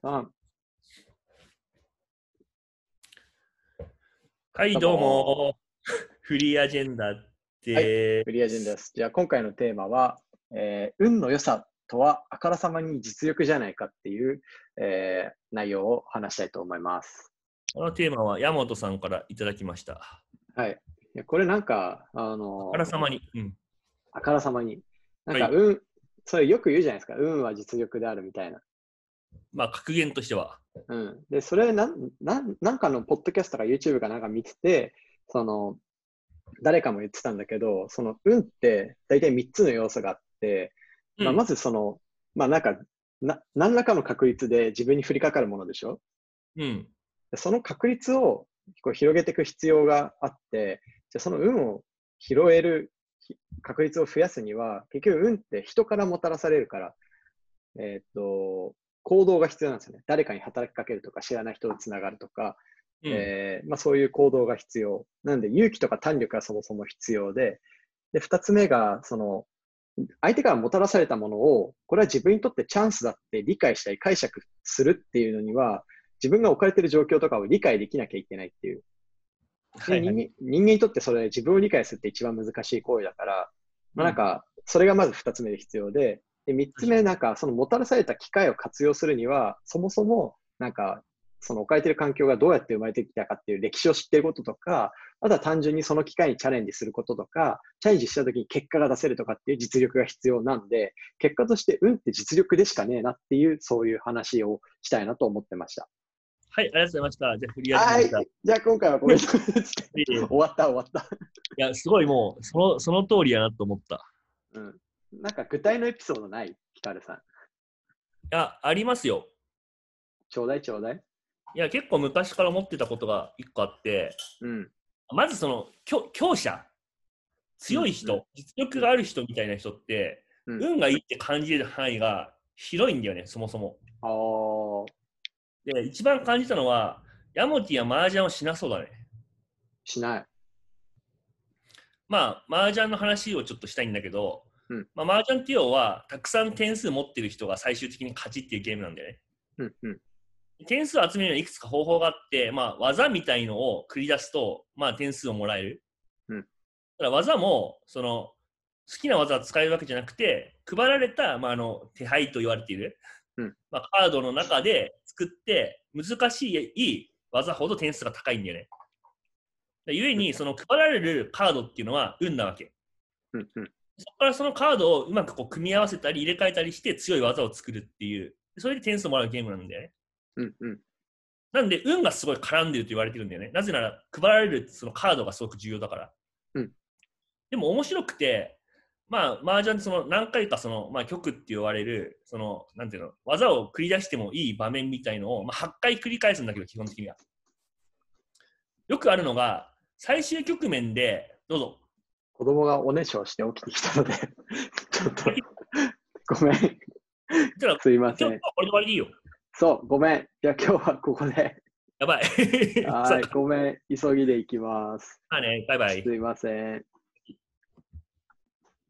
3。 はい、どうも。フリーアジェンダで、 フリーアジェンダです。じゃあ今回のテーマは、運の良さとはあからさまに実力じゃないかっていう、内容を話したいと思います。 このテーマは山本さんからいただきました。 はい。いやこれなんか、 あからさまに。 あからさまに。なんか、 はい。 それよく言うじゃないですか。運は実力であるみたいな。 まあ、格言としては。 で、それなんかのポッドキャストか YouTube かなんか見てて、誰かも言ってたんだけど、その運って大体3つの要素があって、まず何らかの確率で自分に降りかかるものでしょ。その確率をこう広げていく必要があって、じゃあその運を拾える確率を増やすには、結局運って人からもたらされるから、行動が必要なんですよね。誰かに働きかけるとか、知らない人とつながるとか、そういう行動が必要。なんで、勇気とか胆力がそもそも必要で、二つ目が、相手からもたらされたものを、これは自分にとってチャンスだって理解したり解釈するっていうのには、自分が置かれている状況とかを理解できなきゃいけないっていう。で、人間にとってそれ自分を理解するって一番難しい行為だから、それがまず二つ目で必要で、三つ目、そのもたらされた機会を活用するには、そもそも、その置かれている環境がどうやって生まれてきたかっていう歴史を知っていることとか、あとは単純にその機会にチャレンジすることとか、チャレンジした時に結果が出せるとかっていう実力が必要なんで、結果として運って実力でしかねえなっていう、そういう話をしたいなと思ってました。 はい、ありがとうございました。じゃあ、フリーアジェンダ。 じゃあ今回はこれで終わった。 いや、すごいもう、その通りやなと思った。 なんか具体のエピソードない？ヒカルさん。 いや、ありますよ。 ちょうだい。 いや、結構昔から思ってたことが一個あって、まずその強者、強い人、実力がある人みたいな人って、運がいいって感じる範囲が広いんだよね、そもそも。で、一番感じたのは、ヤモティは麻雀をしなそうだね。 しない。 まあ、麻雀の話をちょっとしたいんだけど、麻雀って要は、たくさん点数持ってる人が最終的に勝ちっていうゲームなんだよね。点数を集めるにはいくつか方法があって、技みたいのを繰り出すと、点数をもらえる。だから技も、好きな技を使えるわけじゃなくて、配られた、手配と言われている、カードの中で作って、難しい技ほど点数が高いんだよね。ゆえに、その配られるカードっていうのは運なわけ。そこからそのカードをうまくこう組み合わせたり入れ替えたりして強い技を作るっていう、それで点数をもらうゲームなんだよね。なんで、運がすごい絡んでると言われてるんだよね。なぜなら、配られるそのカードがすごく重要だから。でも面白くて、麻雀ってその何回か局って言われる、なんていうの、技を繰り出してもいい場面みたいのを、8回繰り返すんだけど、基本的には。よくあるのが、最終局面で、どうぞ。 子供がおねしょして起きてきたので、ちょっと、ごめん。すいません。 今日はこれで終わりでいいよ。 そう、ごめん。じゃあ今日はここで。 やばい。 はい、ごめん。急ぎで行きます。 ね、バイバイ。 すいません。